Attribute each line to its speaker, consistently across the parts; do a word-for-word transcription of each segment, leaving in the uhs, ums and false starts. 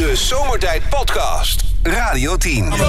Speaker 1: De Zomertijd Podcast. Radio tien.
Speaker 2: Uh,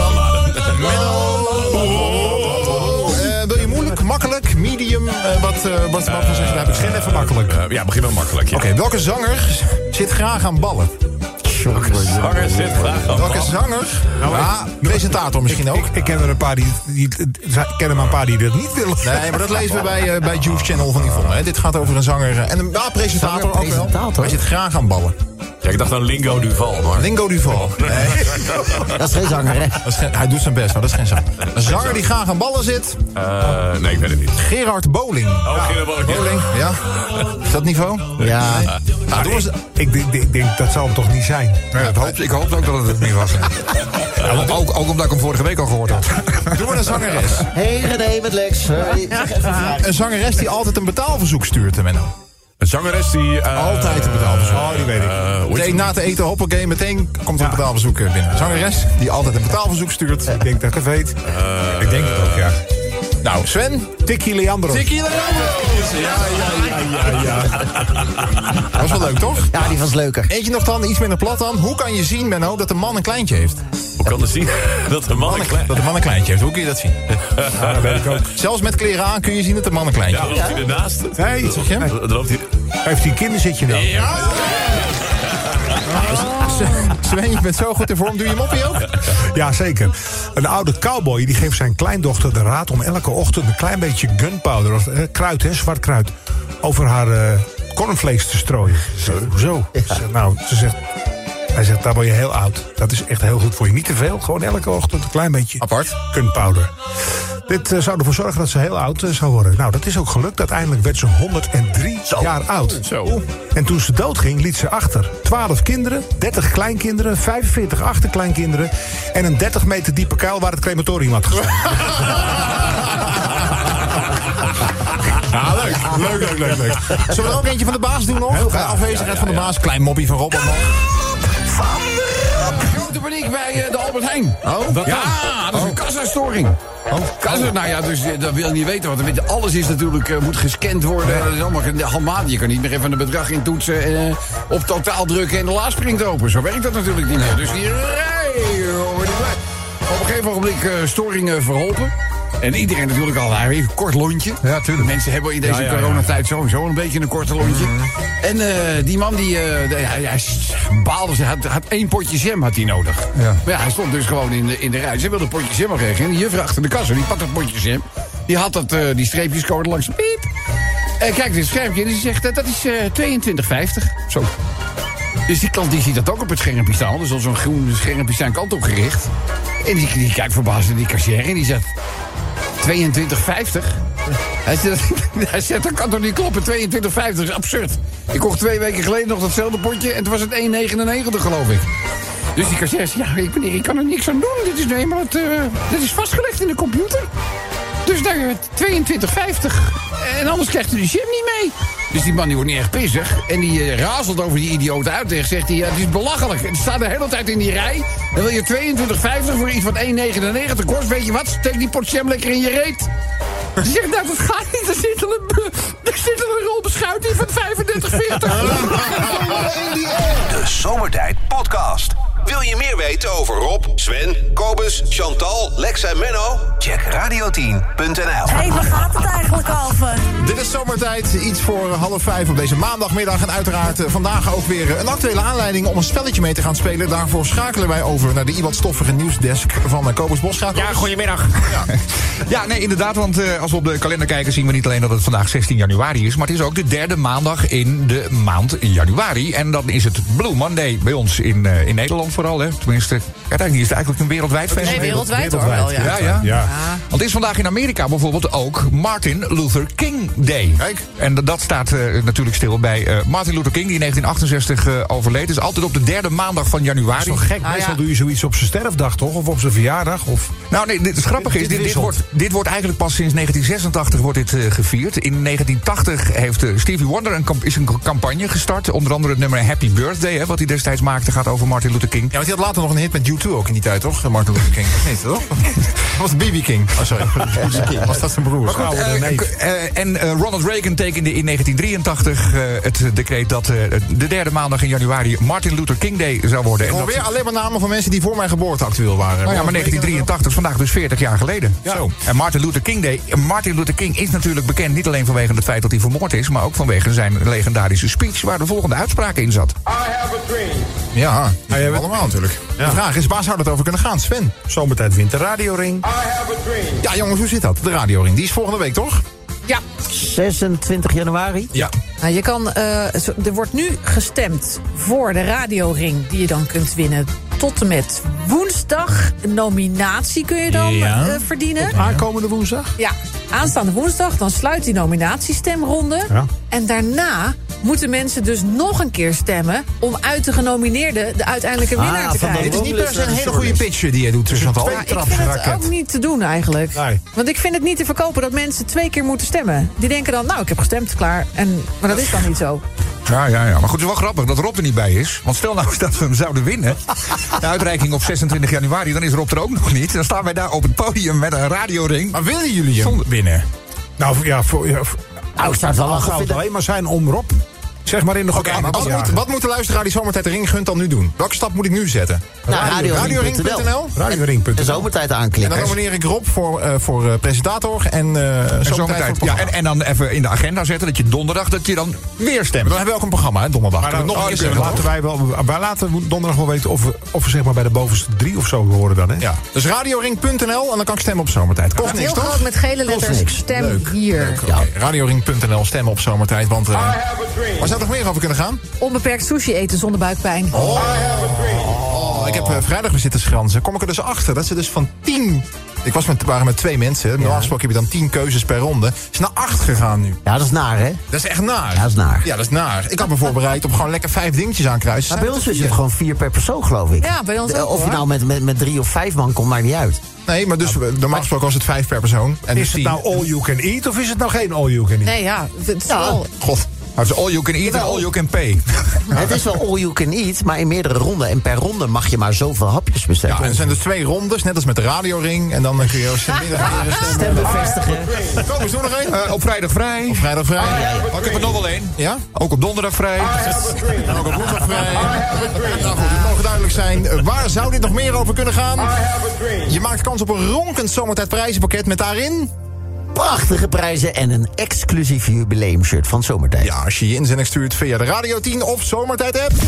Speaker 2: wil je moeilijk, makkelijk, medium? Uh, wat, uh, wat, wat uh, zeg je? Nou, begin even makkelijk.
Speaker 3: Uh, ja, begin wel makkelijk. Ja.
Speaker 2: Oké, okay, welke zanger zit graag aan ballen?
Speaker 3: Welke zanger zit graag aan ballen?
Speaker 2: Welke zanger? Nou, ja, presentator misschien
Speaker 4: ik,
Speaker 2: ook.
Speaker 4: Ik, ik ken er een paar die, die, die ik ken er maar een paar die dat niet willen.
Speaker 2: Nee, maar dat lezen we bij, uh, bij Juice Channel van Yvonne. Hè. Dit gaat over een zanger uh, en een ja, presentator, zanger, ook presentator. wel. Hij zit graag aan ballen.
Speaker 3: Ja, ik dacht aan Lingo Duval, maar...
Speaker 2: Lingo Duval. Nee.
Speaker 5: Dat is geen zanger, hè?
Speaker 2: Dat is geen, hij doet zijn best, maar dat is geen zanger. Een zanger die graag aan ballen zit?
Speaker 3: Uh, nee, ik weet het niet.
Speaker 2: Gerard Boling.
Speaker 3: Oh, ja. Gerard Boling.
Speaker 2: Boling, ja. Is dat niveau?
Speaker 5: Ja.
Speaker 2: Nee.
Speaker 4: Nou, nou, ik, ik, ik, ik denk, dat zal hem toch niet zijn?
Speaker 6: Ja, dat hoop, ik hoop ook dat het het niet was. Ja, want ook, ook omdat ik hem vorige week al gehoord had.
Speaker 2: Doe maar een zangeres.
Speaker 5: Hey René met Lex. Hey.
Speaker 2: Een zangeres die altijd een betaalverzoek stuurt, Menno.
Speaker 3: Een zangeres die... Uh,
Speaker 2: Altijd een betaalverzoek.
Speaker 4: Oh, die weet ik.
Speaker 3: Uh,
Speaker 2: meteen na te eten, hoppakee, meteen komt er een betaalverzoek binnen. Een zangeres die altijd een betaalverzoek stuurt.
Speaker 4: Ik denk dat ik het weet.
Speaker 3: Uh,
Speaker 4: ik denk het ook, ja.
Speaker 2: Nou, Sven?
Speaker 4: Tikkie Leandros.
Speaker 2: Tikkie Leandros! Ja, ja, ja, ja, ja. Dat was wel leuk, toch?
Speaker 5: Ja, die was leuker.
Speaker 2: Eentje nog dan, iets minder plat dan. Hoe kan je zien, Menno, dat een man een kleintje heeft?
Speaker 3: Hoe kan je zien dat een man een, klein...
Speaker 2: dat een man een kleintje heeft? Hoe kun je dat zien?
Speaker 4: Ja, dat weet ik ook.
Speaker 2: Zelfs met kleren aan kun je zien dat een man een kleintje heeft.
Speaker 3: Ja, loopt hij ernaast?
Speaker 4: Nee,
Speaker 2: wat zeg je?
Speaker 4: Nee.
Speaker 3: Dan loopt hij...
Speaker 4: Heeft hij een kinderzitje dan?
Speaker 3: Ja!
Speaker 2: Sven, je bent zo goed in vorm. Doe je moppie ook?
Speaker 4: Ja, zeker. Een oude cowboy die geeft zijn kleindochter de raad om elke ochtend een klein beetje gunpowder, of eh, kruid, hè, zwart kruid, over haar uh, cornflakes te strooien. Zo. Hoezo? Ja. Ze zegt, nou, ze zegt, hij zegt, daar word je heel oud. Dat is echt heel goed voor je. Niet te veel, gewoon elke ochtend een klein beetje
Speaker 2: apart
Speaker 4: gunpowder. Dit uh, zou ervoor zorgen dat ze heel oud uh, zou worden. Nou, dat is ook gelukt. Uiteindelijk werd ze honderddrie Zo. jaar oud.
Speaker 3: Zo.
Speaker 4: En toen ze doodging, liet ze achter twaalf kinderen, dertig kleinkinderen, vijfenveertig achterkleinkinderen en een dertig meter diepe kuil waar het crematorium had gestaan.
Speaker 2: Ja, leuk. Leuk, leuk, leuk, leuk. Zullen we er ook eentje van de baas doen nog? Heel afwezigheid ja, ja, van de baas. Klein moppie van Rob. Van
Speaker 7: grote paniek bij uh, de Albert Heijn.
Speaker 2: Oh,
Speaker 7: wat ja, dan? dat is een kassastoring. Oh, kassa, nou ja, dus dat wil je niet weten. Want alles is natuurlijk, uh, moet gescand worden. Ja. Dat is allemaal handmatig. Je kan niet meer even een bedrag intoetsen en uh, op totaal drukken en de la springt open. Zo werkt dat natuurlijk niet meer. Dus die rij over die blij. Op een gegeven ogenblik uh, storing uh, verholpen. En iedereen natuurlijk al daar een kort lontje.
Speaker 6: Ja, tuurlijk.
Speaker 7: Mensen hebben in deze
Speaker 3: ja, ja,
Speaker 7: coronatijd sowieso een beetje een korte lontje. Mm-hmm. En uh, die man die, uh, de, ja, hij baalde, hij had, had één potje jam had hij nodig. Ja. Maar ja, hij stond dus gewoon in de, in de rij. Ze wilde een potje jam krijgen. En die juffrouw achter de kassa, die pakt dat potje jam. Die had dat, uh, die streepjescode langs de piep. En kijkt in het schermpje en die zegt, uh, dat is uh, tweeëntwintig vijftig. Zo. Dus die klant die ziet dat ook op het schermpje staan. Dus al zo'n groen schermpje zijn kant op gericht. En die, die kijkt verbaasd naar die kassier en die zegt... tweeëntwintig vijftig? Hij zegt, hij zegt, dat kan toch niet kloppen, tweeëntwintig vijftig, dat is absurd. Ik kocht twee weken geleden nog datzelfde potje en toen was het één negenennegentig, geloof ik. Dus die kassier zegt, ja, ik, meneer, ik kan er niks aan doen. Dit is, nee, maar het, uh, dit is vastgelegd in de computer. Dus daar tweeëntwintig vijftig. En anders krijgt u die jam niet mee. Dus die man die wordt niet echt pissig. En die uh, razelt over die idiote uit. En zegt hij, ja, het is belachelijk. Het staat de hele tijd in die rij. Dan wil je tweeëntwintig vijftig voor iets wat één negenennegentig kost. Weet je wat? Steek die pot jam lekker in je reet. Ze zegt, nou, dat gaat niet. Er zit er een, er zit er een rol beschuit in van vijfendertig veertig.
Speaker 1: De Zomertijd Podcast. Wil je meer weten over Rob, Sven, Kobus, Chantal, Lex en Menno? Check radio tien punt n l.
Speaker 8: Hé, hey, waar gaat het eigenlijk over?
Speaker 2: Dit is Zomertijd, iets voor half vijf op deze maandagmiddag. En uiteraard uh, vandaag ook weer een actuele aanleiding om een spelletje mee te gaan spelen. Daarvoor schakelen wij over naar de iemand stoffige nieuwsdesk van uh, Kobus Bosgaard.
Speaker 6: Ja, goedemiddag. Ja. ja, nee, inderdaad, want uh, als we op de kalender kijken zien we niet alleen dat het vandaag zestien januari is, maar het is ook de derde maandag in de maand januari. En dan is het Blue Monday bij ons in, uh, in Nederland vooral, hè. Tenminste, uiteindelijk is het eigenlijk een wereldwijd feest.
Speaker 8: Nee, wereldwijd hoor wel, ja.
Speaker 6: Ja, ja. ja. ja. Want het is vandaag in Amerika bijvoorbeeld ook Martin Luther King Day.
Speaker 2: Kijk.
Speaker 6: En dat staat uh, natuurlijk stil bij uh, Martin Luther King, die in negentien achtenzestig uh, overleed. Dus altijd op de derde maandag van januari.
Speaker 4: Dat is wel gek, ah, meestal ja. doe je zoiets op zijn sterfdag, toch? Of op zijn verjaardag? Of...
Speaker 6: Nou, nee, dit, het grappige is, dit, dit, wordt, dit wordt eigenlijk pas sinds negentien zesentachtig wordt dit, uh, gevierd. In negentien tachtig heeft uh, Stevie Wonder een, is een campagne gestart. Onder andere het nummer Happy Birthday, hè, wat hij destijds maakte, gaat over Martin Luther King.
Speaker 2: want hij had later nog een hit met U twee ook in die tijd, toch? Martin Luther King. Nee, toch? Dat was B B King. Oh, sorry. King. Was dat zijn broer?
Speaker 6: Goed, uh, uh, en uh, Ronald Reagan tekende in negentien drieëntachtig uh, het decreet dat uh, de derde maandag in januari Martin Luther King Day zou worden.
Speaker 2: Ik hoor weer alleen maar namen van mensen die voor mijn geboorte actueel waren.
Speaker 6: Nou ja, maar negentien drieëntachtig is vandaag dus veertig jaar geleden.
Speaker 2: Ja. Zo.
Speaker 6: En Martin Luther King Day. Martin Luther King is natuurlijk bekend niet alleen vanwege het feit dat hij vermoord is, maar ook vanwege zijn legendarische speech waar de volgende uitspraak in zat.
Speaker 2: Ja, die hebben we allemaal natuurlijk. Ja. De vraag is, waar zou dat over kunnen gaan, Sven?
Speaker 4: Zomertijd wint de radioring.
Speaker 2: Ja, jongens, hoe zit dat? De radioring, die is volgende week, toch?
Speaker 8: Ja.
Speaker 5: zesentwintig januari.
Speaker 2: Ja.
Speaker 8: Nou, je kan, uh, er wordt nu gestemd voor de radioring die je dan kunt winnen. Tot en met woensdag. Een nominatie kun je dan
Speaker 2: ja.
Speaker 8: uh, verdienen.
Speaker 4: Aankomende woensdag?
Speaker 8: Ja, aanstaande woensdag. Dan sluit die nominatiestemronde.
Speaker 4: Ja.
Speaker 8: En daarna moeten mensen dus nog een keer stemmen om uit de genomineerden de uiteindelijke winnaar
Speaker 5: Ah,
Speaker 8: te
Speaker 5: van de
Speaker 8: krijgen.
Speaker 2: Het is niet per se een hele goede pitch die jij doet, Chantal.
Speaker 8: Ja, ik vind het ook niet te doen eigenlijk.
Speaker 4: Nee.
Speaker 8: Want ik vind het niet te verkopen dat mensen twee keer moeten stemmen. Die denken dan, nou, ik heb gestemd, klaar. En, maar dat is dan niet zo.
Speaker 6: Ja, ja, ja. Maar goed, het is wel grappig dat Rob er niet bij is. Want stel nou eens dat we hem zouden winnen. De uitreiking op zesentwintig januari, dan is Rob er ook nog niet. Dan staan wij daar op het podium met een radioring.
Speaker 2: Maar willen jullie hem
Speaker 6: Zonder-
Speaker 2: winnen?
Speaker 4: Nou ja, voor, ja, voor,
Speaker 5: Nou, ik zou het wel
Speaker 4: dan
Speaker 5: lachen
Speaker 4: zou het
Speaker 5: vinden.
Speaker 4: alleen maar zijn om Rob, zeg maar in de
Speaker 2: Oké,
Speaker 4: goede
Speaker 2: maar wat, moet, wat moet de luisteraar die Zomertijd de Ring gunt dan nu doen? Welke stap moet ik nu zetten?
Speaker 5: Nou,
Speaker 2: radioring punt n l.
Speaker 4: radioring punt n l.
Speaker 5: De zomertijd
Speaker 2: En
Speaker 5: aanklikken.
Speaker 2: dan nomineer ik Rob voor, uh, voor uh, presentator en uh,
Speaker 6: En
Speaker 2: Zomertijd voor
Speaker 6: zomertijd.
Speaker 2: het
Speaker 6: Ja,
Speaker 2: programma.
Speaker 6: en, en dan even in de agenda zetten dat je donderdag dat je dan weer stemt.
Speaker 2: Dan hebben we ook een programma, hè, donderdag.
Speaker 4: Maar dan,
Speaker 2: Kunnen we nog
Speaker 4: oh,
Speaker 2: een keer
Speaker 4: dus
Speaker 2: zeggen,
Speaker 4: laten wij, wel, wij laten donderdag wel weten of we, of we zeg maar bij de bovenste drie of zo horen dan. Hè?
Speaker 2: Ja, dus radioring punt n l en dan kan ik stemmen op Zomertijd. Kost niks,
Speaker 8: Heel
Speaker 2: toch?
Speaker 8: groot met gele letters.
Speaker 5: niks.
Speaker 8: Stem
Speaker 2: Leuk.
Speaker 8: hier.
Speaker 2: Leuk, oké. radioring punt n l, stemmen op Zomertijd. Want uh, waar zou het nog meer over kunnen gaan?
Speaker 8: Onbeperkt sushi eten zonder buikpijn.
Speaker 2: Oh, ik heb uh, vrijdag weer zitten schransen. Kom ik er dus achter dat ze dus van tien... Ik was met, waren met twee mensen. Normaal gesproken heb je dan tien keuzes per ronde. Is naar acht gegaan nu.
Speaker 5: Ja, dat is naar, hè?
Speaker 2: Dat is echt naar.
Speaker 5: Ja, dat is naar.
Speaker 2: Ja, dat is naar. Ik had me voorbereid op gewoon lekker vijf dingetjes aankruisen.
Speaker 5: Maar bij ons is het gewoon vier per persoon, geloof ik.
Speaker 8: Ja, bij ons
Speaker 5: De-
Speaker 8: ook,
Speaker 5: Of je
Speaker 8: hoor.
Speaker 5: nou met, met, met drie of vijf man komt, maakt niet uit.
Speaker 2: Nee, maar dus normaal gesproken was het vijf per persoon. En
Speaker 4: Is
Speaker 2: dus
Speaker 4: het
Speaker 2: tien.
Speaker 4: nou all you can eat of is het nou geen all you can eat?
Speaker 8: Nee, ja. Het is wel...
Speaker 2: God.
Speaker 6: Het is all you can eat en all you can pay.
Speaker 5: Het is wel all you can eat, maar in meerdere ronden. En per ronde mag je maar zoveel hapjes bestellen.
Speaker 2: Ja, en er zijn dus twee rondes, net als met de radioring. En dan kun je als middag
Speaker 5: Stem bevestigen.
Speaker 2: Kom, eens doen nog één.
Speaker 6: Uh, op vrijdag vrij.
Speaker 2: Op vrijdag vrij.
Speaker 6: Oh, ik heb er nog wel één.
Speaker 2: Ja?
Speaker 6: Ook op donderdag vrij.
Speaker 2: En ook op woensdag vrij. Nou goed, het mogen duidelijk zijn. Uh, Waar zou dit nog meer over kunnen gaan? Je maakt kans op een ronkend Zomertijd prijzenpakket met daarin...
Speaker 5: Prachtige prijzen en een exclusief jubileumshirt van Zomertijd.
Speaker 2: Ja, als je je inzending stuurt via de Radio tien of Zomertijd app.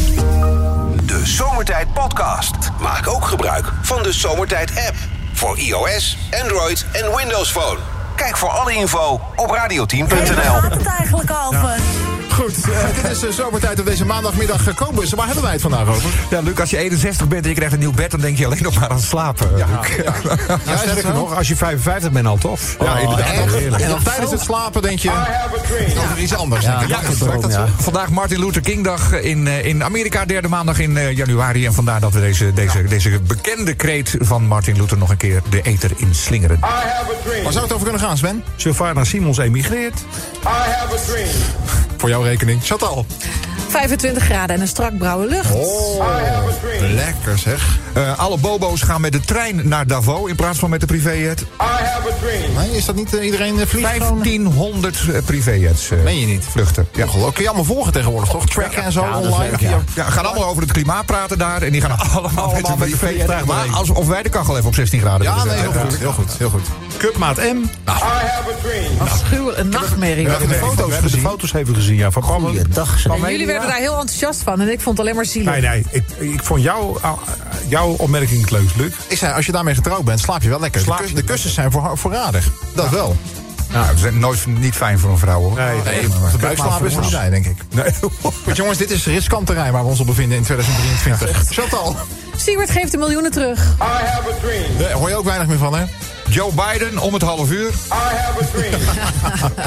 Speaker 1: De Zomertijd podcast. Maak ook gebruik van de Zomertijd app. Voor iOS, Android en Windows Phone. Kijk voor alle info op radio tien punt n l.
Speaker 8: Waar gaat het eigenlijk over?
Speaker 2: Goed, uh, dit is uh, Zomertijd op deze maandagmiddag gekomen. Waar hebben wij het vandaag over?
Speaker 6: Ja, Luc, als je eenenzestig bent en je krijgt een nieuw bed, dan denk je alleen nog maar aan slapen.
Speaker 2: Ja,
Speaker 6: Luc.
Speaker 2: ja.
Speaker 4: Ja, sterker nog, als je vijfenvijftig bent al tof.
Speaker 6: Ja, inderdaad.
Speaker 2: Echt? En dan tijdens het slapen denk je over iets anders.
Speaker 5: Ja,
Speaker 2: denk ik.
Speaker 5: ja,
Speaker 2: Exact
Speaker 5: daarom,
Speaker 2: dat
Speaker 5: ja.
Speaker 2: zo.
Speaker 6: Vandaag Martin Luther King dag in, eh, in Amerika, derde maandag in eh, januari. En vandaar dat we deze, deze, deze bekende kreet van Martin Luther nog een keer de ether inslingeren.
Speaker 2: Waar zou het over kunnen gaan, Sven?
Speaker 4: Sylvana Simons emigreert.
Speaker 2: Voor jouw rekening. Chantal.
Speaker 8: vijfentwintig graden en een strak blauwe lucht.
Speaker 2: Oh, lekker zeg.
Speaker 6: Eh, alle bobo's gaan met de trein naar Davos in plaats van met de privéjet.
Speaker 2: Nee, is dat niet uh, iedereen uh, vliegt gewoon?
Speaker 6: vijftienhonderd eh, privéjets. eh,
Speaker 2: Meen je niet?
Speaker 6: Vluchten. Ja.
Speaker 2: Ongelooflijk. Kun je allemaal volgen tegenwoordig, toch? Tracken en zo
Speaker 5: Ja, dat is
Speaker 2: online.
Speaker 5: leuk, ja.
Speaker 6: Ja, gaan allemaal over het klimaat praten daar. En die gaan allemaal,
Speaker 2: Allemaal met de
Speaker 6: privéjet.
Speaker 2: vliegtuig
Speaker 6: Maar
Speaker 2: erheen.
Speaker 6: alsof wij de kachel even op zestien graden
Speaker 2: Ja,
Speaker 6: willen
Speaker 2: nee, heel
Speaker 6: zetten.
Speaker 2: goed, heel goed, heel goed.
Speaker 4: Cupmaat M.
Speaker 8: Afschuwelijk, een nachtmerrie.
Speaker 2: We hebben de foto's
Speaker 4: We hebben de
Speaker 2: gezien.
Speaker 4: foto's even gezien, ja. Van Paul.
Speaker 5: Goeiedag, zeg.
Speaker 8: En jullie werden daar heel enthousiast van en ik vond het alleen maar zielig.
Speaker 4: Nee, nee. Ik, ik vond jou, uh, jouw opmerking het leukst, Luc.
Speaker 2: Ik zei, als je daarmee getrouwd bent, slaap je wel lekker.
Speaker 4: Slaap
Speaker 2: de,
Speaker 4: je
Speaker 2: kus- de kussens zijn voor, voorradig. Dat wel.
Speaker 6: Nou, dat is nooit niet fijn voor een vrouw, hoor.
Speaker 4: Nee,
Speaker 2: Nee, de buikslaap is er niet bij, denk ik.
Speaker 4: Nee.
Speaker 2: Goed, jongens, dit is riskant terrein waar we ons op bevinden in tweeduizend drieëntwintig. Chantal,
Speaker 8: Siewert geeft de miljoenen terug.
Speaker 2: daar hoor je ook weinig meer van, hè?
Speaker 6: Joe Biden om het half uur.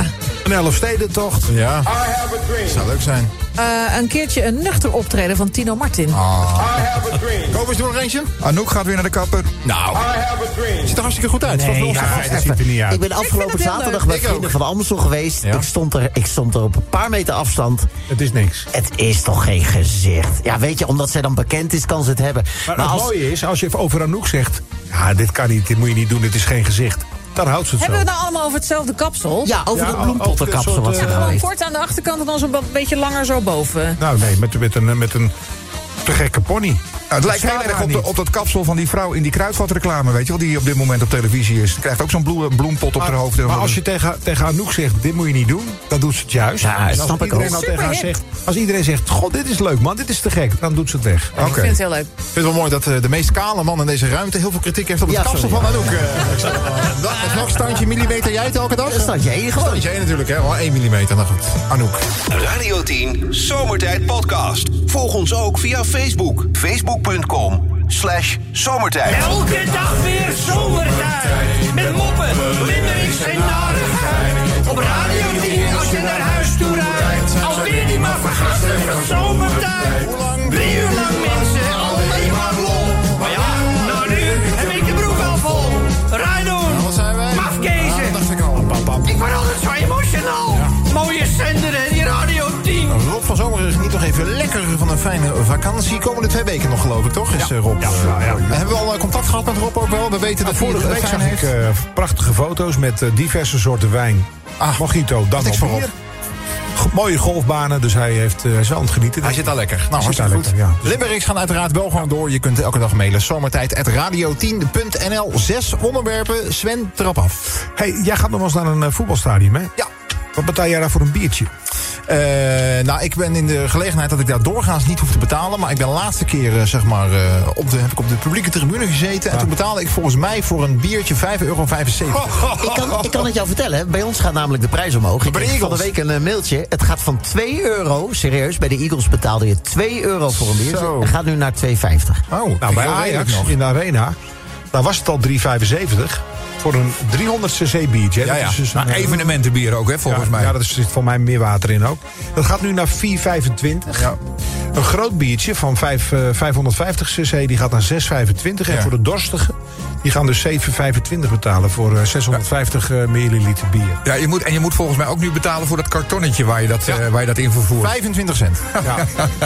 Speaker 4: Een Elfstedentocht.
Speaker 2: Ja, zou leuk zijn.
Speaker 8: Uh, een keertje een nuchter optreden van Tino Martin.
Speaker 2: Oh. Kobus, doe er eentje.
Speaker 6: Anouk gaat weer naar de kapper.
Speaker 2: Nou, ziet er hartstikke goed uit.
Speaker 5: Nee,
Speaker 2: Zoals
Speaker 5: nou,
Speaker 2: bij ons
Speaker 4: dat ziet er niet uit.
Speaker 5: Ik ben afgelopen
Speaker 8: het heel
Speaker 5: zaterdag
Speaker 8: leuk.
Speaker 5: bij
Speaker 2: Ik
Speaker 5: Vrienden
Speaker 2: ook.
Speaker 5: van de Amstel geweest.
Speaker 2: Ja.
Speaker 5: Ik, stond er, ik stond er op een paar meter afstand.
Speaker 4: Het is niks.
Speaker 5: Het is toch geen gezicht. Ja, weet je, omdat zij dan bekend is, kan ze het hebben.
Speaker 4: Maar,
Speaker 5: Maar
Speaker 4: het
Speaker 5: als,
Speaker 4: mooie is, als je even over Anouk zegt... Ja, dit kan niet, dit moet je niet doen, dit is geen gezicht. Dan houdt ze het
Speaker 8: Hebben we
Speaker 4: zo.
Speaker 8: het nou allemaal over hetzelfde kapsel?
Speaker 5: ja, over
Speaker 4: Ja,
Speaker 5: de
Speaker 4: over
Speaker 5: bloempottenkapsel
Speaker 4: een
Speaker 5: wat
Speaker 4: soort,
Speaker 5: ze
Speaker 4: eh,
Speaker 5: nou heeft.
Speaker 8: Kort aan de achterkant en dan zo'n be- beetje langer zo boven.
Speaker 4: Nou nee, met, met, een, met een te gekke pony.
Speaker 6: Nou, het lijkt heel
Speaker 4: staat
Speaker 6: erg
Speaker 4: daar
Speaker 6: op, de,
Speaker 4: niet.
Speaker 6: op dat kapsel van die vrouw in die kruidvatreclame, weet je wel, die op dit moment op televisie is. Ze krijgt ook zo'n bloem, bloempot op haar hoofd.
Speaker 4: Maar als je tegen, tegen Anouk zegt, dit moet je niet doen, dan doet ze het juist.
Speaker 5: Ja,
Speaker 4: En als
Speaker 5: snap ik
Speaker 4: iedereen
Speaker 5: ook.
Speaker 4: nou tegen haar
Speaker 8: Superhip.
Speaker 4: zegt, als iedereen zegt, god, dit is leuk man, dit is te gek, dan doet ze het weg.
Speaker 8: Ik vind het heel leuk.
Speaker 2: Ik vind het wel mooi dat uh, de meest kale man in deze ruimte heel veel kritiek heeft op het
Speaker 5: Ja,
Speaker 2: kapsel
Speaker 5: sorry,
Speaker 2: van
Speaker 5: ja.
Speaker 2: Anouk. Uh, ik zou, uh, dat- met welk standje millimeter jij het elke dag?
Speaker 5: Dat staat je één gewoon.
Speaker 2: Standje één natuurlijk, hè? Wel één millimeter, nou goed. Anouk.
Speaker 1: Radio tien Zomertijd Podcast. Volg ons ook via Facebook. Facebook.com slash zomertijd.
Speaker 9: Elke dag weer zomertijd. Met moppen, limmerings en narigheid. Op Radio tien als je naar huis toe rijdt. Alweer die maar vergasten van zomertijd. Drie uur lang mensen, alleen maar lol. Maar ja, nou nu heb ik de broek al vol. Rijdoen,
Speaker 2: Wat zijn wij?
Speaker 9: mafkezen.
Speaker 2: Ja, dat dacht ik al. Pap, pap.
Speaker 9: Ik word altijd zo emotional. Mooie zender hè, die Radio tien.
Speaker 2: Rob van Zomer is niet nog even lekker van een fijne vakantie. Komende twee weken nog, geloof ik, toch? Is uh, Rob.
Speaker 4: Ja, ja, ja.
Speaker 2: We hebben al uh, contact gehad met Rob ook wel. We weten dat hij
Speaker 4: Vorige
Speaker 2: het
Speaker 4: week
Speaker 2: fijn
Speaker 4: zag
Speaker 2: heeft.
Speaker 4: ik uh, prachtige foto's met uh, diverse soorten wijn.
Speaker 2: Ah,
Speaker 4: Mojito, dan
Speaker 2: niks
Speaker 4: nog
Speaker 2: voor
Speaker 4: bier.
Speaker 2: Rob.
Speaker 4: G- Mooie golfbanen, dus hij heeft uh, zo aan het genieten.
Speaker 2: Hij zit daar lekker. Nou,
Speaker 4: Hij zit
Speaker 2: hartstikke
Speaker 4: daar
Speaker 2: goed.
Speaker 4: lekker, ja.
Speaker 2: Limericks gaan uiteraard wel gewoon door. Je kunt elke dag mailen. Zomertijd at radio tien punt n l. Zes onderwerpen. Sven, trap af.
Speaker 4: Hey, jij gaat nog wel eens naar een uh, voetbalstadion, hè?
Speaker 2: Ja.
Speaker 4: Wat betaal jij daar voor een biertje?
Speaker 2: Uh, nou, ik ben in de gelegenheid dat ik daar doorgaans niet hoef te betalen. Maar ik ben de laatste keer, uh, zeg maar, uh, op de, heb ik op de publieke tribune gezeten. En toen betaalde ik volgens mij voor een biertje vijf euro vijfenzeventig.
Speaker 5: Ik kan, ik kan het jou vertellen, hè. Bij ons gaat namelijk de prijs omhoog. Ik
Speaker 2: bij de
Speaker 5: kreeg van de
Speaker 2: Eagles?
Speaker 5: week een uh, mailtje. Het gaat van twee euro, serieus, bij de Eagles betaalde je twee euro voor een biertje.
Speaker 2: Zo.
Speaker 5: Het gaat nu naar twee vijftig.
Speaker 2: Oh,
Speaker 4: Nou, bij Ajax in de Arena, daar was het al drie vijfenzeventig. Voor een driehonderd cc biertje. hè.
Speaker 2: Ja,
Speaker 4: Dat
Speaker 2: ja.
Speaker 4: is dus
Speaker 6: Maar
Speaker 4: een,
Speaker 6: evenementenbier ook, hè, volgens
Speaker 4: ja,
Speaker 6: mij.
Speaker 4: Ja, er zit voor mij meer water in ook. Dat gaat nu naar vier vijfentwintig.
Speaker 2: Ja.
Speaker 4: Een groot biertje van vijf, uh, vijfhonderdvijftig cc, die gaat naar zes vijfentwintig.
Speaker 2: Ja.
Speaker 4: En voor de dorstigen, die gaan dus zeven vijfentwintig betalen voor uh, zeshonderdvijftig uh, milliliter bier.
Speaker 6: Ja, je moet, en je moet volgens mij ook nu betalen voor dat kartonnetje waar je dat,
Speaker 2: Ja.
Speaker 6: eh, waar je dat in vervoert.
Speaker 2: vijfentwintig cent.
Speaker 4: Ja.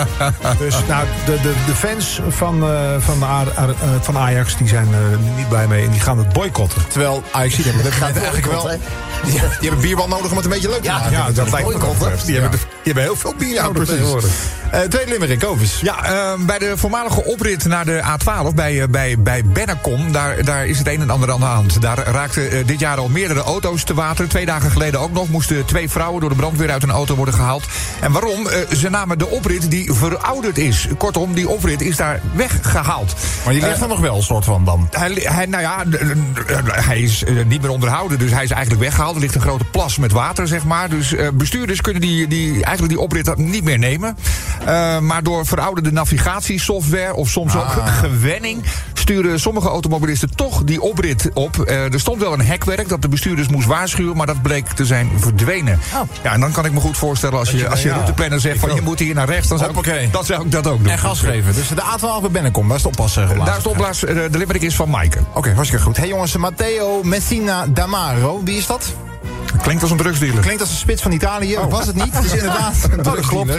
Speaker 4: Dus nou, de, de, de fans van, uh, van, de A- A- uh, van Ajax, die zijn er niet blij mee en die gaan het boycotten.
Speaker 2: Terwijl Ajax hebben dat gaat eigenlijk wel.
Speaker 5: hè?
Speaker 2: Die, die hebben een bierbal nodig om het een beetje leuk te
Speaker 5: Ja,
Speaker 2: maken.
Speaker 4: Ja, dat lijkt me ook.
Speaker 2: boycotten.
Speaker 4: Die,
Speaker 2: Ja.
Speaker 4: hebben, de- die hebben heel veel bier
Speaker 2: Ja,
Speaker 4: nodig
Speaker 2: precies.
Speaker 4: tegenwoordig.
Speaker 2: Uh, tweede limerick, Kovis.
Speaker 6: Ja, eh, bij de voormalige oprit naar de A twaalf bij, eh, bij, bij Bennekom, daar, daar is het een en ander aan de hand. Daar raakten eh, dit jaar al meerdere auto's te water. Twee dagen geleden ook nog moesten twee vrouwen door de brandweer uit een auto worden gehaald. En waarom? Eh, ze namen de oprit die verouderd is. Kortom, die oprit is daar weggehaald.
Speaker 2: Maar die ligt er nog wel, soort van dan.
Speaker 6: Hij, hij, nou ja, d- d- hij is eh, niet meer onderhouden, dus hij is eigenlijk weggehaald. Er ligt een grote plas met water, zeg maar. Dus eh, bestuurders kunnen die, die, eigenlijk die oprit niet meer nemen. Uh, maar door verouderde navigatiesoftware of soms ook gewenning sturen sommige automobilisten toch die oprit op. Uh, er stond wel een hekwerk dat de bestuurders moest waarschuwen, maar dat bleek te zijn verdwenen.
Speaker 8: Oh.
Speaker 6: Ja, en dan kan ik me goed voorstellen als je, als je
Speaker 4: ja.
Speaker 6: routeplanner zegt van je moet hier naar rechts, dan zou,
Speaker 2: Hoppakee.
Speaker 6: ik, dan zou ik dat ook doen.
Speaker 2: En gas geven. Dus de A twaalf bij Bennekom, daar is de oppassen geblazen.
Speaker 6: Daar is de opblaas, uh, de limerick is van Maaike.
Speaker 2: Oké, hartstikke goed. Hey jongens, Matteo Messina Damaro, wie is dat?
Speaker 6: Klinkt als een drugsdealer.
Speaker 2: Klinkt als een spits van Italië, was het niet? Het is inderdaad een drugsdealer.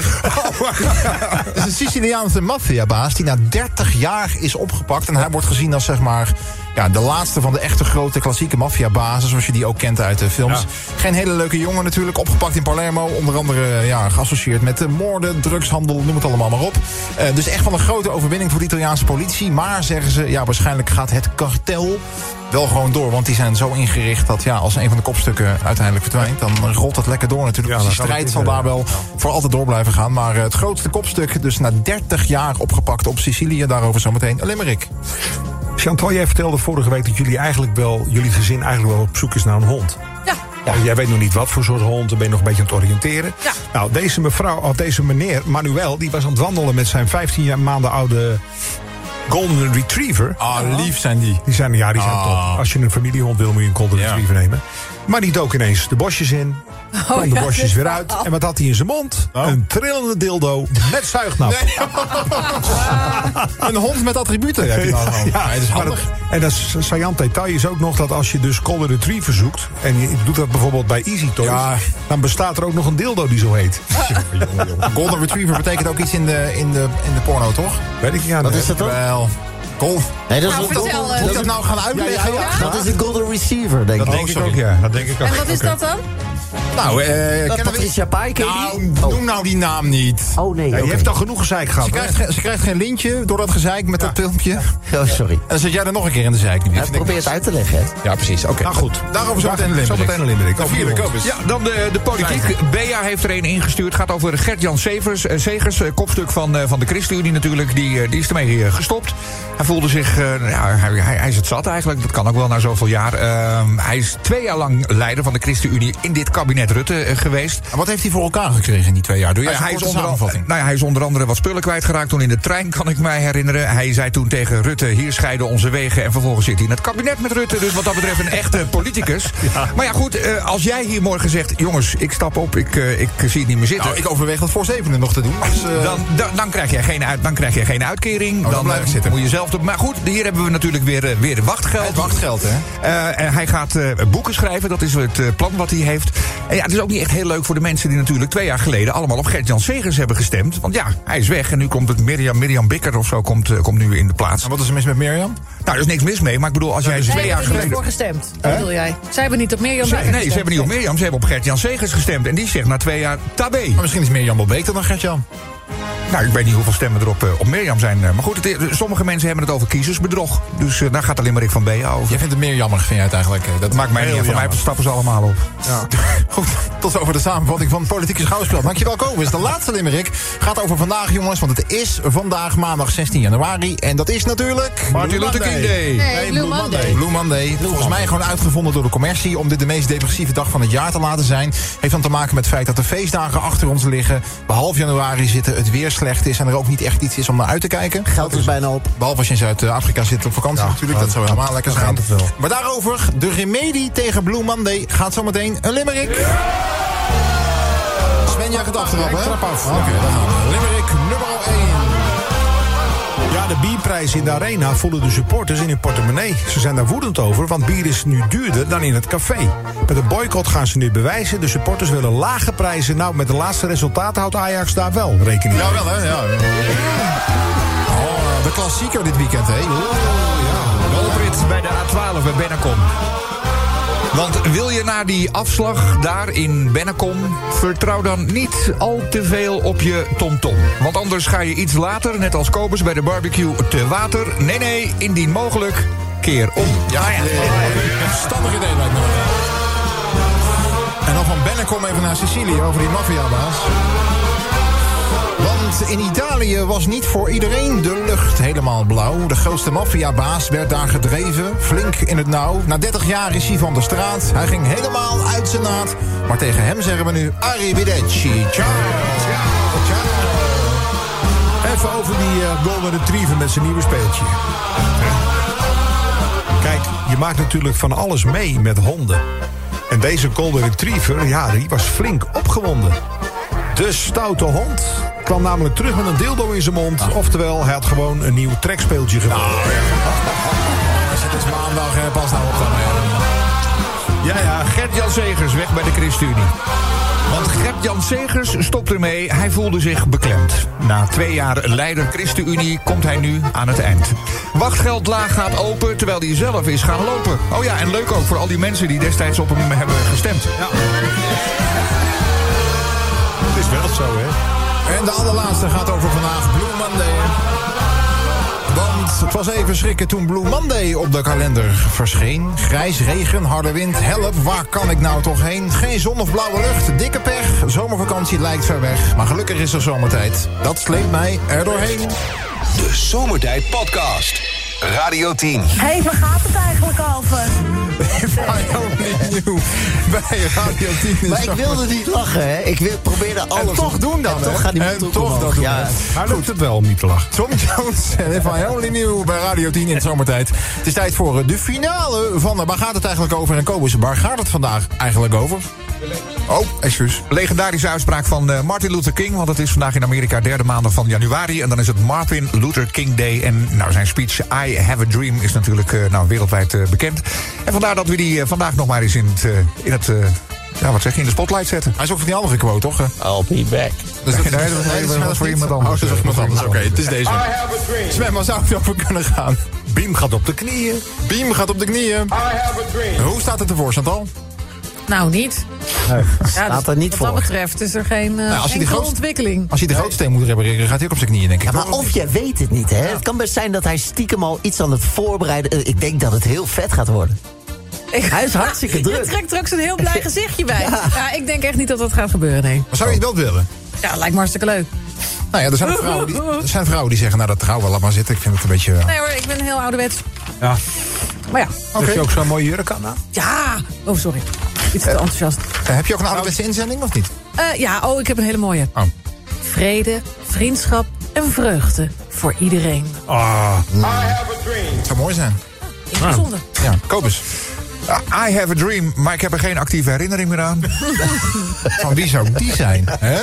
Speaker 2: Het is een Siciliaanse maffiabaas die na dertig jaar is opgepakt. En hij wordt gezien als, zeg maar, ja, de laatste van de echte grote klassieke maffiabazen, zoals je die ook kent uit de films.
Speaker 4: Ja.
Speaker 2: Geen hele leuke jongen natuurlijk, opgepakt in Palermo. Onder andere ja, geassocieerd met de moorden, drugshandel, noem het allemaal maar op. Uh, dus echt wel een grote overwinning voor de Italiaanse politie. Maar, zeggen ze, ja, waarschijnlijk gaat het kartel wel gewoon door. Want die zijn zo ingericht dat, ja, als een van de kopstukken uiteindelijk verdwijnt, dan rolt het lekker door natuurlijk.
Speaker 4: Ja,
Speaker 2: Dus die
Speaker 4: dan gaat
Speaker 2: strijd
Speaker 4: het
Speaker 2: zal
Speaker 4: niet,
Speaker 2: daar wel voor altijd door blijven gaan. Maar uh, het grootste kopstuk, dus na dertig jaar opgepakt op Sicilië. Daarover zometeen een limerick.
Speaker 4: Chantal, jij vertelde vorige week dat jullie eigenlijk wel, jullie gezin eigenlijk wel op zoek is naar een hond.
Speaker 8: Ja.
Speaker 4: Ja, jij weet nog niet wat voor soort hond, dan ben je nog een beetje aan het oriënteren.
Speaker 8: Ja.
Speaker 4: Nou, deze mevrouw, of deze meneer, Manuel, die was aan het wandelen met zijn vijftien jaar maanden oude Golden Retriever.
Speaker 2: Ah, lief zijn die.
Speaker 4: Die zijn, ja, die zijn
Speaker 2: Ah.
Speaker 4: top. Als je een familiehond wil, moet je een Golden
Speaker 2: Ja.
Speaker 4: Retriever nemen. Maar die dook ineens de bosjes in. kwam de
Speaker 8: ja,
Speaker 4: borstjes
Speaker 8: dit
Speaker 4: weer uit.
Speaker 8: verhaal.
Speaker 4: En wat had hij in zijn mond?
Speaker 2: Oh.
Speaker 4: Een trillende dildo met zuignap.
Speaker 2: Een hond met attributen heb je nou gewoon. Ja, het is
Speaker 4: Maar
Speaker 2: handig.
Speaker 4: het- en dat is- saillant detail is ook nog dat als je dus Golden Retriever zoekt... en je doet dat bijvoorbeeld bij Easy Toys...
Speaker 2: Ja.
Speaker 4: dan bestaat er ook nog een dildo die zo heet.
Speaker 2: Golden Retriever betekent ook iets in de, in de, in de porno, toch?
Speaker 4: Weet ik ja.
Speaker 5: Wat
Speaker 4: nee.
Speaker 5: is dat dan?
Speaker 2: Wel. Golf.
Speaker 5: Nee, dat is
Speaker 8: Nou,
Speaker 5: een
Speaker 8: vertel,
Speaker 5: golden-
Speaker 8: eh,
Speaker 2: Moet ik dat nou gaan uitleggen?
Speaker 8: Ja, ja.
Speaker 5: Dat is een golden receiver, denk
Speaker 4: Dat
Speaker 5: ik.
Speaker 4: denk ik
Speaker 2: sorry.
Speaker 4: ook, ja. Dat denk ik ook.
Speaker 8: En wat is
Speaker 4: Oké.
Speaker 8: dat dan?
Speaker 2: Nou, eh...
Speaker 5: Dat
Speaker 2: kennen we-
Speaker 5: Patricia Pai, ken je
Speaker 2: Nou,
Speaker 5: die? Oh.
Speaker 2: noem nou die naam niet.
Speaker 5: Oh nee,
Speaker 4: Ja, je
Speaker 5: oké.
Speaker 4: heeft al genoeg gezeik gehad.
Speaker 2: Ze
Speaker 4: hè?
Speaker 2: krijgt, ge- ze krijgt geen lintje door dat gezeik met dat filmpje.
Speaker 5: Oh, sorry.
Speaker 2: En dan zit jij er nog een keer in de zeik. Nu.
Speaker 5: Ja, probeer het uit te leggen. hè.
Speaker 2: Ja, precies. Oké.
Speaker 4: Nou goed.
Speaker 2: Daarover zo meteen een
Speaker 4: Zo
Speaker 2: limerick.
Speaker 4: meteen een limerick. Over
Speaker 2: Vierde
Speaker 4: die hond.
Speaker 2: kopers.
Speaker 6: Ja, dan de, de politiek. Bea heeft er een ingestuurd. Gaat over Gert-Jan Severs, eh, Segers, eh, kopstuk van, eh, van de ChristenUnie natuurlijk. Die, eh, die is ermee eh, gestopt. Hij voelde zich, eh, ja, hij, hij, hij is het zat eigenlijk. Dat kan ook wel na zoveel jaar. Uh, hij is twee jaar lang leider van de ChristenUnie in dit kabinet Rutte uh, geweest.
Speaker 2: En wat heeft hij voor elkaar gekregen in die twee jaar? Doe jij
Speaker 6: Uh,
Speaker 2: een
Speaker 6: hij, is
Speaker 2: korte
Speaker 6: onder,
Speaker 2: samenvatting?
Speaker 6: nou ja, hij is onder andere wat spullen kwijtgeraakt toen in de trein, kan ik mij herinneren. Hij zei toen tegen Rutte, hier scheiden onze wegen. En vervolgens zit hij in het kabinet met Rutte. Dus wat dat betreft een echte politicus. Ja. Maar ja goed, uh, als jij hier morgen zegt, jongens, ik stap op, ik, uh, ik zie het niet meer zitten.
Speaker 2: Nou, ik overweeg dat voor zevenen nog te doen. Dus, uh,
Speaker 6: Dan, dan, dan, krijg je geen uit, dan krijg je geen uitkering.
Speaker 2: dan blijf ik
Speaker 6: uh,
Speaker 2: zitten.
Speaker 6: moet je zelf... Maar goed, hier hebben we natuurlijk weer, uh, weer wachtgeld.
Speaker 2: het wachtgeld, hè?
Speaker 6: Uh, en hij gaat uh, boeken schrijven, dat is het uh, plan wat hij heeft. En ja, het is ook niet echt heel leuk voor de mensen die natuurlijk twee jaar geleden allemaal op Gert-Jan Segers hebben gestemd. Want ja, hij is weg en nu komt het Mirjam, Mirjam Bikker of zo komt, uh, komt nu in de plaats.
Speaker 2: En wat is er mis met Mirjam?
Speaker 6: Nou, er is niks mis mee, maar ik bedoel, als jij
Speaker 8: Zij
Speaker 6: twee jaar
Speaker 8: hebben er niet
Speaker 6: geleden...
Speaker 8: voor gestemd. Dat bedoel jij. Zij hebben niet op Mirjam
Speaker 6: Ze,
Speaker 8: Bikker
Speaker 6: nee, ze
Speaker 8: gestemd.
Speaker 6: hebben niet op Mirjam, ze hebben op Gert-Jan Segers gestemd. En die zegt na twee jaar tabé.
Speaker 2: Maar misschien is Mirjam wel beter dan Gert-Jan.
Speaker 6: Nou, ik weet niet hoeveel stemmen er op, uh, op Mirjam zijn. Uh, maar goed, het, is- sommige mensen hebben het over kiezersbedrog. Dus uh, daar gaat de limerick van Bea over.
Speaker 2: Jij vindt het meer jammer, vind jij het eigenlijk? Dat
Speaker 6: Dat maakt mij niet
Speaker 2: heel
Speaker 6: uit. Voor mij
Speaker 2: jammer.
Speaker 6: stappen ze allemaal op.
Speaker 2: Goed, tot over de samenvatting van het politieke schouwspel. Dankjewel, Kobus. De laatste limerick gaat over vandaag, jongens. Want het is vandaag maandag zestien januari. En dat is natuurlijk...
Speaker 6: Martin Luther King Day.
Speaker 8: Nee, Blue Monday.
Speaker 2: Blue Monday. Volgens mij gewoon uitgevonden door de commercie om dit de meest depressieve dag van het jaar te laten zijn. Heeft dan te maken met het feit dat de feestdagen achter ons liggen. Behalve januari zitten, het weer slecht is en er ook niet echt iets is om naar uit te kijken.
Speaker 5: Geld is bijna op.
Speaker 2: Behalve als je in Zuid-Afrika zit op vakantie
Speaker 4: Ja,
Speaker 2: natuurlijk. Dat zou helemaal lekker
Speaker 4: dan
Speaker 2: zijn.
Speaker 4: gaat het wel.
Speaker 2: Maar daarover, de remedie tegen Blue Monday gaat zometeen een limerick. Sven, jij gaat achteraf, hè?
Speaker 4: trap af.
Speaker 2: Oké, dan gaan we. Limerick nummer één.
Speaker 4: Ja, de bierprijzen in de arena voelen de supporters in hun portemonnee. Ze zijn daar woedend over, want bier is nu duurder dan in het café. Met een boycott gaan ze nu bewijzen. De supporters willen lage prijzen. Nou, met de laatste resultaten houdt Ajax daar wel rekening mee.
Speaker 2: Ja, wel, hè? Ja. Oh, de klassieker dit weekend, hè?
Speaker 6: Rolrit bij de A twaalf bij Bennekom. Want wil je naar die afslag daar in Bennekom, vertrouw dan niet al te veel op je tomtom. Want anders ga je iets later, net als Kobus bij de barbecue, te water. Nee, nee, indien mogelijk, keer om.
Speaker 2: Ja, ja. Verstandig idee lijkt me. En dan van Bennekom even naar Sicilië over die maffiabaas. Want in Italië was niet voor iedereen de lucht helemaal blauw. De grootste maffiabaas werd daar gedreven, flink in het nauw. Na dertig jaar is hij van de straat. Hij ging helemaal uit zijn naad. Maar tegen hem zeggen we nu arrivederci. Ciao.
Speaker 4: Even over die uh, Golden Retriever met zijn nieuwe speeltje. Kijk, je maakt natuurlijk van alles mee met honden. En deze Golden Retriever, ja, die was flink opgewonden. De stoute hond kwam namelijk terug met een dildo in zijn mond. Oftewel, hij had gewoon een nieuw trekspeeltje gevonden.
Speaker 2: Het is maandag, hè. Pas nou op dan.
Speaker 6: Ja, ja, Gert-Jan Segers weg bij de ChristenUnie. Want Gert-Jan Segers stopt ermee, hij voelde zich beklemd. Na twee jaar leider ChristenUnie komt hij nu aan het eind. Wachtgeldlaag gaat open, terwijl hij zelf is gaan lopen. Oh ja, en leuk ook voor al die mensen die destijds op hem hebben gestemd. Ja.
Speaker 4: Het is wel zo, hè?
Speaker 2: En de allerlaatste gaat over vandaag Blue Monday. Want het was even schrikken toen Blue Monday op de kalender verscheen. Grijs, regen, harde wind, help, waar kan ik nou toch heen? Geen zon of blauwe lucht, dikke pech, zomervakantie lijkt ver weg. Maar gelukkig is er zomertijd, dat sleept mij er doorheen.
Speaker 1: De Zomertijd Podcast. Radio tien.
Speaker 10: Hé, hey, waar gaat het eigenlijk over?
Speaker 2: Nieuw bij Radio tien. is
Speaker 5: Maar ik
Speaker 2: zo-
Speaker 5: wilde niet lachen, hè. Ik wil, probeerde alles...
Speaker 2: En toch doen dan,
Speaker 5: En
Speaker 2: hè?
Speaker 5: toch gaat die
Speaker 2: En
Speaker 5: mond ook
Speaker 2: toch
Speaker 5: omhoog.
Speaker 2: dat doen,
Speaker 5: Ja.
Speaker 2: hè?
Speaker 4: Maar lukt het wel om niet te lachen.
Speaker 2: Tom Jones en If I Only Knew bij Radio tien in de zomertijd. Het is tijd voor de finale van... Waar gaat het eigenlijk over? En Kobus, waar gaat het vandaag eigenlijk over? Oh, excuus.
Speaker 6: Legendarische uitspraak van uh, Martin Luther King. Want het is vandaag in Amerika derde maandag van januari. En dan is het Martin Luther King Day. En nou, zijn speech I Have a Dream is natuurlijk uh, nou, wereldwijd uh, bekend. En vandaar dat we die uh, vandaag nog maar eens in het... Uh, in het uh, ja, wat zeg je, in de spotlight zetten.
Speaker 2: Hij is ook van die andere quote, toch?
Speaker 5: I'll be back.
Speaker 2: Dus dat, nee, dat, nee, dat is voor iemand anders. Oh, dat is voor iemand anders. Oké, het is deze. Sven, waar zou het over kunnen gaan?
Speaker 4: Beam gaat op de knieën.
Speaker 2: Beam gaat op de knieën. Hoe staat het ervoor, Chantal?
Speaker 8: Nou, niet.
Speaker 4: Nee.
Speaker 8: Ja,
Speaker 5: Staat
Speaker 8: dus
Speaker 5: er niet
Speaker 8: wat
Speaker 5: voor.
Speaker 8: dat betreft is er geen uh,
Speaker 2: Nou, als hij die
Speaker 8: enkele
Speaker 2: grootste-
Speaker 8: ontwikkeling.
Speaker 2: Als hij de grootsteen moet repareren, gaat hij ook op zijn knieën, denk ik.
Speaker 5: Ja, maar
Speaker 2: toch?
Speaker 5: of jij weet het niet, hè? Het kan best zijn dat hij stiekem al iets aan het voorbereiden... Uh, ik denk dat het heel vet gaat worden. Hij is hartstikke
Speaker 8: Je
Speaker 5: druk.
Speaker 8: trekt er ook zo'n heel blij gezichtje bij. Ja. ik denk echt niet dat dat gaat gebeuren, nee.
Speaker 2: Maar zou je het wel willen?
Speaker 8: Ja, lijkt me hartstikke leuk.
Speaker 2: Nou ja, er zijn vrouwen die, er zijn vrouwen die zeggen... nou, dat trouwen, laat maar zitten. Ik vind het een beetje...
Speaker 8: Nee hoor, ik ben heel ouderwets.
Speaker 4: Ja.
Speaker 8: Maar ja.
Speaker 2: Oké.
Speaker 4: Heb je ook zo'n mooie jurk aan? Nou?
Speaker 8: Ja. Oh, sorry. Iets te enthousiast.
Speaker 2: Uh, heb je ook een ouderwetse inzending, of niet?
Speaker 8: Uh, ja, oh, ik heb een hele mooie.
Speaker 2: Oh.
Speaker 8: Vrede, vriendschap en vreugde voor iedereen.
Speaker 4: Ah.
Speaker 2: Het zou mooi zijn.
Speaker 8: Ingezonder.
Speaker 2: Ja, Kobus.
Speaker 6: Uh, I have a dream, maar ik heb er geen actieve herinnering meer aan.
Speaker 2: Van wie zou die zijn? Hè?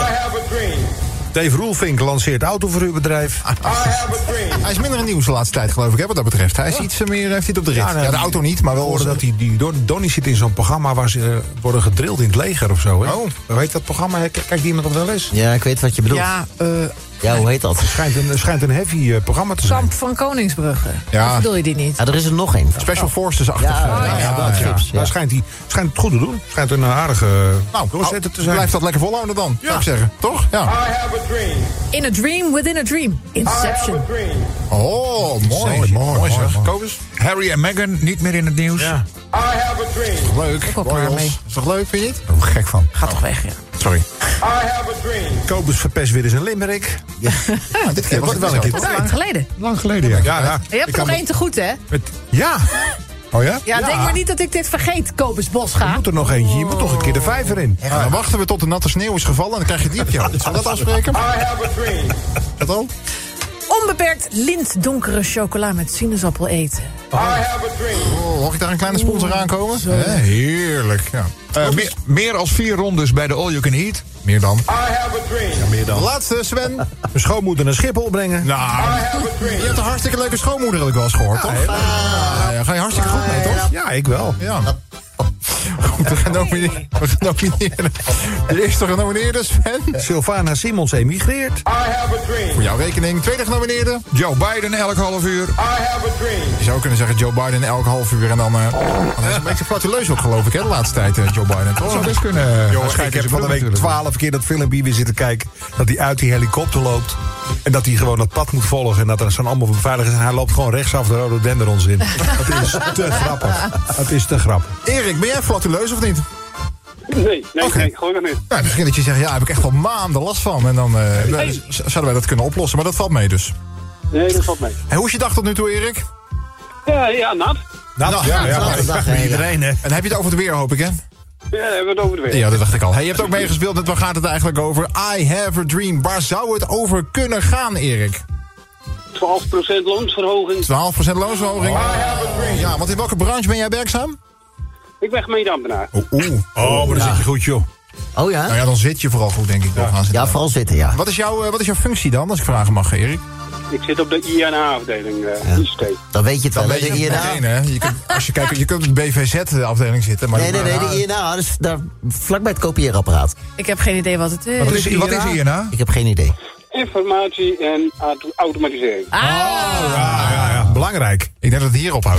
Speaker 4: Dave Roelvink lanceert autoverhuurbedrijf.
Speaker 2: Hij is minder in nieuws de laatste tijd, geloof ik, hè, wat dat betreft. Hij is iets meer, heeft hij het op de rit. Ja,
Speaker 4: nee,
Speaker 2: de auto niet, maar wel...
Speaker 4: horen dat die, die Don- Donnie zit in zo'n programma waar ze uh, worden gedrild in het leger of zo. Hè?
Speaker 2: Oh.
Speaker 4: Hoe heet dat programma? Kijkt iemand dat wel eens?
Speaker 5: Ja, ik weet wat je bedoelt. Ja,
Speaker 8: Ja, uh,
Speaker 5: hoe heet dat?
Speaker 4: Het schijnt een, schijnt een heavy uh, programma te zijn.
Speaker 8: Kamp van Koningsbrugge.
Speaker 2: Ja.
Speaker 8: Of bedoel je die niet?
Speaker 5: Ja, er is er nog één.
Speaker 2: Special Forces-achtig.
Speaker 5: Ja,
Speaker 2: eh,
Speaker 5: ja,
Speaker 2: ja,
Speaker 5: dat
Speaker 2: ja.
Speaker 5: chips, ja.
Speaker 4: Maar schijnt, die, schijnt het goed te doen. Schijnt een uh, aardige
Speaker 2: Nou,
Speaker 4: doorzetter te
Speaker 2: oh,
Speaker 4: zijn.
Speaker 2: blijf dat lekker volhouden dan, zou ik zeggen. Toch? Ja.
Speaker 8: In a dream within a dream. Inception.
Speaker 2: Oh, mooi.
Speaker 4: Mooi,
Speaker 2: Mooi,
Speaker 4: mooi,
Speaker 2: zeg.
Speaker 4: mooi.
Speaker 2: Kobus?
Speaker 6: Harry en Meghan niet meer in het nieuws.
Speaker 4: Ja.
Speaker 2: Leuk.
Speaker 8: Ik ook klaar
Speaker 2: Royals.
Speaker 8: mee.
Speaker 2: Is toch leuk, vind je het?
Speaker 6: Daar ben ik gek van.
Speaker 8: Ga toch weg, ja.
Speaker 2: Sorry.
Speaker 4: Kobus verpest weer eens een limerick.
Speaker 2: Ja, dit keer was het wel een keer.
Speaker 8: Dat is lang geleden.
Speaker 6: Lang geleden, ja.
Speaker 4: Ja, ja.
Speaker 8: Je hebt er nog één te goed, hè?
Speaker 4: Met, ja. Oh ja?
Speaker 8: Ja, denk maar niet dat ik dit vergeet, Kobus
Speaker 4: Er
Speaker 8: Bosga.
Speaker 4: moet er nog eentje. Je moet toch een keer de vijver in.
Speaker 2: Ja, dan wachten we tot de natte sneeuw is gevallen en dan krijg je die op jou. Zal dat afspreken? Wat dan?
Speaker 8: Onbeperkt lintdonkere chocola met sinaasappel eten.
Speaker 2: Oh, mag ik daar een kleine sponsor aankomen? Hè, heerlijk, ja.
Speaker 6: Uh, meer, meer als vier rondes bij de All You Can Eat.
Speaker 2: Meer dan.
Speaker 4: Ja, meer dan.
Speaker 2: Laatste, Sven.
Speaker 4: Mijn schoonmoeder naar Schiphol brengen.
Speaker 2: Nou, je hebt een hartstikke leuke schoonmoeder, heb ik wel eens gehoord, toch? Ja, ja, ga je hartstikke goed mee, toch?
Speaker 4: Ja, ik wel.
Speaker 2: Ja. Goed, we gaan nomineren. We gaan nomineren. De eerste genomineerde, Sven.
Speaker 4: Sylvana Simons emigreert.
Speaker 2: Voor jouw rekening. Tweede genomineerde.
Speaker 6: Joe Biden elk half uur.
Speaker 2: Je zou kunnen zeggen Joe Biden elk half uur. En dan... Uh, hij is een beetje flatuleus ook, geloof ik, hè, de laatste tijd, uh, Joe Biden.
Speaker 6: Dat
Speaker 2: Toch?
Speaker 6: zou best kunnen.
Speaker 4: Jongens, ik heb van de week twaalf keer dat filmpje weer zitten kijken. Dat hij uit die helikopter loopt. En dat hij gewoon dat pad moet volgen. En dat er zo'n allemaal beveiligers. En hij loopt gewoon rechtsaf de rhododendrons in. Dat is te grappig. Dat is te grappig.
Speaker 2: Erik, ben jij flatuleus of niet?
Speaker 11: Nee, nee,
Speaker 2: Oké.
Speaker 11: nee, gelukkig niet.
Speaker 2: Nou, misschien dat je zegt, ja, daar heb ik echt al maanden last van. En dan uh,
Speaker 11: Hey.
Speaker 2: z- zouden wij dat kunnen oplossen. Maar dat valt mee dus.
Speaker 11: Nee, dat valt mee.
Speaker 2: En hoe is je dag tot nu toe, Erik?
Speaker 11: Ja, ja, nat.
Speaker 4: Nou,
Speaker 2: Nou,
Speaker 4: ja, ja,
Speaker 5: laatste
Speaker 4: maar
Speaker 5: dag, hè,
Speaker 4: iedereen, hè.
Speaker 2: En heb je het over het weer, hoop ik, hè?
Speaker 11: Ja, we hebben het over de weer.
Speaker 2: Ja, dat dacht ik al. Hey, je hebt ook meegespeeld met waar gaat het eigenlijk over? I have a dream. Waar zou het over kunnen gaan, Erik?
Speaker 11: twaalf procent loonsverhoging.
Speaker 2: twaalf procent loonsverhoging. Ja, want in welke branche ben jij werkzaam?
Speaker 11: Ik ben gemeenteambtenaar.
Speaker 2: Oeh. Oeh.
Speaker 4: Oh, maar dan zit je goed, joh.
Speaker 5: Oh ja?
Speaker 2: Nou ja, dan zit je vooral goed, denk ik. doorgaans.
Speaker 5: Ja, vooral zitten, ja.
Speaker 2: Wat is, jouw, eh, wat is jouw functie dan, als ik vragen mag, Erik?
Speaker 11: Ik zit op de I N A-afdeling, uh, I C T.
Speaker 5: Dan weet je het
Speaker 2: Dan
Speaker 5: wel,
Speaker 2: weet
Speaker 5: hè,
Speaker 2: je
Speaker 5: de
Speaker 2: het
Speaker 5: I N A.
Speaker 2: meteen, hè? Je kunt, als je kijkt, je kunt op de B V Z-afdeling zitten. Maar
Speaker 5: Nee, nee, nee, de I N A, dat is daar vlakbij het kopieerapparaat.
Speaker 8: Ik heb geen idee wat het is.
Speaker 6: Wat is, wat is hier nou?
Speaker 5: Ik heb geen idee.
Speaker 11: Informatie en auto- automatisering.
Speaker 8: Ah,
Speaker 4: Ja, ja, ja. Belangrijk.
Speaker 2: Ik denk dat het hier ophoudt.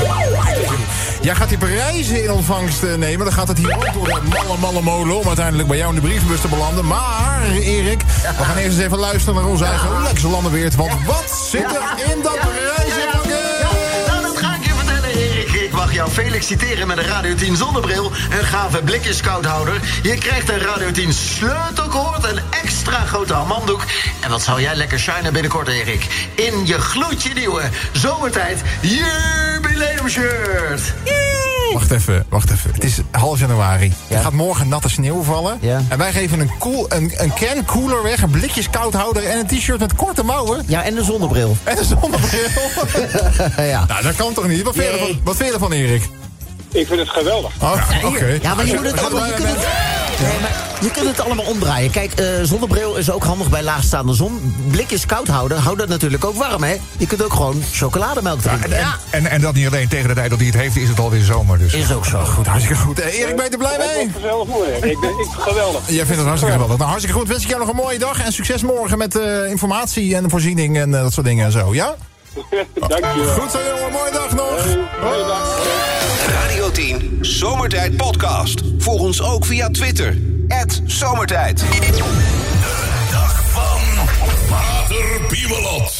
Speaker 2: Jij gaat die prijzen in ontvangst eh, nemen. Dan gaat het hier ook door de malle, malle molen om uiteindelijk bij jou in de brievenbus te belanden. Maar, Erik, we gaan eerst eens even luisteren naar onze eigen Lex Landenweert. Want wat zit er in dat prijzenpakket?
Speaker 12: Nou, dat ga ik je vertellen, Erik. Ik mag jou feliciteren met een Radio tien zonnebril, een gave blikjeskoudhouder. Je krijgt een Radio tien sleutelkoord, een extra grote hamamdoek. En wat zou jij lekker shinen binnenkort, Erik? In je gloedje nieuwe zomertijd jubileumshirt.
Speaker 2: Wacht even, wacht even. Het is half januari.
Speaker 5: Ja.
Speaker 2: Er gaat morgen natte sneeuw vallen.
Speaker 5: Ja.
Speaker 2: En wij geven een, koel, een, een can cooler weg, een blikjes koudhouder en een t-shirt met korte mouwen.
Speaker 5: Ja, en een zonnebril.
Speaker 2: En een zonnebril.
Speaker 5: ja.
Speaker 2: Nou, dat kan toch niet? Wat vind je ervan, wat vind je ervan, Erik?
Speaker 11: Ik vind het geweldig.
Speaker 2: Oh,
Speaker 5: Ja,
Speaker 2: oké.
Speaker 5: hier. Ja, maar je, moet het
Speaker 2: Ja,
Speaker 5: allemaal, je,
Speaker 2: ja,
Speaker 5: kunt het, nee, maar je kunt het allemaal omdraaien. Kijk, eh, zonnebril is ook handig bij laagstaande zon. Blikjes koud houden, houdt dat natuurlijk ook warm, hè? Je kunt ook gewoon chocolademelk drinken.
Speaker 6: En, en, en dat niet alleen, tegen de tijd dat hij het heeft, is het alweer zomer. Dus.
Speaker 5: Is ook zo.
Speaker 2: Goed, hartstikke goed. Eh, Erik, ben je er blij
Speaker 11: Het
Speaker 2: mee?
Speaker 11: wordt gezellig mooi. hè. Ik, ben, ik geweldig.
Speaker 2: Jij vindt het hartstikke geweldig. Nou, hartstikke goed. Wens ik jou nog een mooie dag. En succes morgen met eh, informatie en voorziening en eh, dat soort dingen en zo. Ja?
Speaker 11: Dankjewel.
Speaker 2: Goed zo, jongen. Mooie dag nog.
Speaker 11: Mooie dag.
Speaker 1: Radio tien Zomertijd Podcast. Volg ons ook via Twitter. at Zomertijd.
Speaker 13: De dag van Pater Piemelot.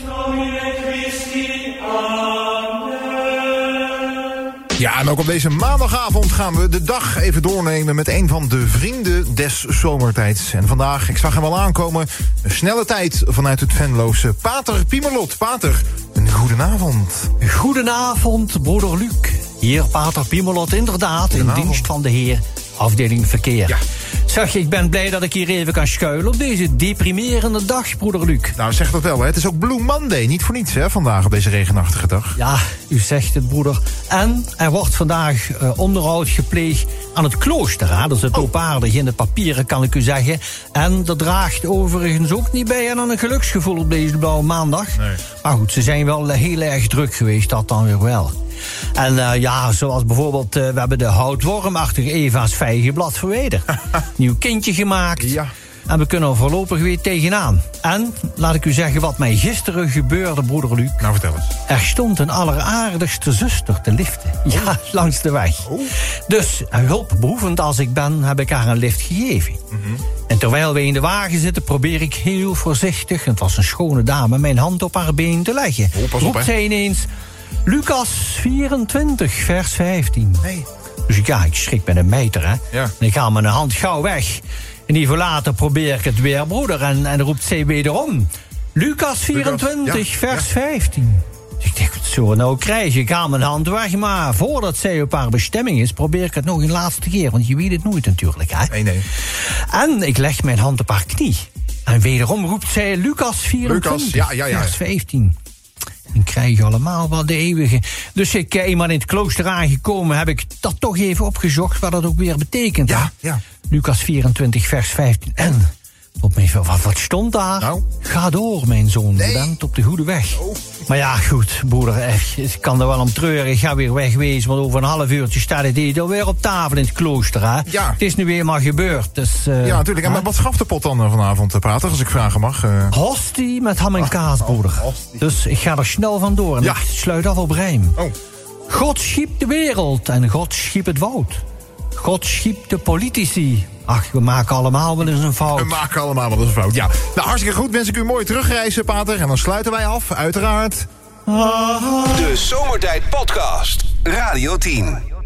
Speaker 2: Ja, en ook op deze maandagavond gaan we de dag even doornemen met een van de vrienden des zomertijds. En vandaag, ik zag hem al aankomen, een snelle tijd vanuit het Venloze. Pater Piemelot. Pater, een goedenavond.
Speaker 14: Goedenavond, broeder Luc. Hier Pater Piemelot, inderdaad, in dienst van de Heer, afdeling verkeer.
Speaker 2: Ja.
Speaker 14: Zeg, ik ben blij dat ik hier even kan schuilen op deze deprimerende dag, broeder Luc.
Speaker 2: Nou, zeg dat wel, hè. Het is ook Blue Monday, niet voor niets, hè, vandaag op deze regenachtige dag.
Speaker 14: Ja, u zegt het, broeder. En er wordt vandaag uh, onderhoud gepleegd aan het klooster. Hè? Dat is het
Speaker 2: Oh.
Speaker 14: opaardig in de papieren, kan ik u zeggen. En dat draagt overigens ook niet bij aan een geluksgevoel op deze blauwe maandag.
Speaker 2: Nee.
Speaker 14: Maar goed, ze zijn wel heel erg druk geweest, dat dan weer wel. En uh, ja, zoals bijvoorbeeld, uh, we hebben de houtwormachtige Eva's vijgenblad verwijderd. Nieuw kindje gemaakt.
Speaker 2: Ja.
Speaker 14: En we kunnen er voorlopig weer tegenaan. En, laat ik u zeggen wat mij gisteren gebeurde, broeder Luc.
Speaker 2: Nou, vertel eens.
Speaker 14: Er stond een alleraardigste zuster te liften. Ja, langs de weg. Dus, hulpbehoevend als ik ben, heb ik haar een lift gegeven. En terwijl we in de wagen zitten, probeer ik heel voorzichtig, het was een schone dame, mijn hand op haar been te leggen.
Speaker 2: Oh, pas op,
Speaker 14: Roept
Speaker 2: hè.
Speaker 14: zij ineens, Lucas vierentwintig, vers vijftien.
Speaker 2: Nee.
Speaker 14: Dus ik, ja, ik schrik met een meter, hè.
Speaker 2: Ja.
Speaker 14: En ik haal mijn hand gauw weg. En even later probeer ik het weer, broeder. En, en roept zij wederom, Lucas vierentwintig,
Speaker 2: Lucas, ja,
Speaker 14: vers
Speaker 2: ja.
Speaker 14: vijftien. Dus ik denk, wat zullen we nou krijgen? Ik haal mijn hand weg, maar voordat zij op haar bestemming is, probeer ik het nog een laatste keer. Want je weet het nooit natuurlijk, hè.
Speaker 2: Nee, nee.
Speaker 14: En ik leg mijn hand op haar knie. En wederom roept zij Lucas vierentwintig,
Speaker 2: Lucas, ja, ja, ja.
Speaker 14: vers vijftien. En krijg je allemaal wat de eeuwige. Dus ik, eh, eenmaal in het klooster aangekomen, heb ik dat toch even opgezocht, wat dat ook weer betekent.
Speaker 2: Ja,
Speaker 14: hè?
Speaker 2: ja.
Speaker 14: Lucas vierentwintig, vers vijftien. En, op mijn, wat, wat stond daar?
Speaker 2: Nou?
Speaker 14: Ga door, mijn zoon,
Speaker 2: Nee.
Speaker 14: je bent op de goede weg.
Speaker 2: Oh.
Speaker 14: Maar ja, goed, broeder, eh, ik kan er wel om treuren. Ik ga weer wegwezen, want over een half uurtje staat het eten alweer op tafel in het klooster, hè?
Speaker 2: Ja.
Speaker 14: Het is nu eenmaal gebeurd, dus... eh,
Speaker 2: Ja, natuurlijk. En
Speaker 14: hè?
Speaker 2: maar wat gaf de pot dan eh, vanavond, eh, Pater, als ik vragen mag? eh?
Speaker 14: Hostie met ham en kaas, broeder.
Speaker 2: hostie.
Speaker 14: Dus ik ga er snel vandoor en
Speaker 2: Ja.
Speaker 14: ik sluit af op rijm.
Speaker 2: Oh.
Speaker 14: God schiep de wereld en God schiep het woud. God schiep de politici. Ach, we maken allemaal wel eens een fout.
Speaker 2: We maken allemaal wel eens een fout. Ja. Nou, hartstikke goed. Wens ik u een mooie terugreis, Pater. En dan sluiten wij af, uiteraard.
Speaker 1: De Zomertijd Podcast. Radio tien.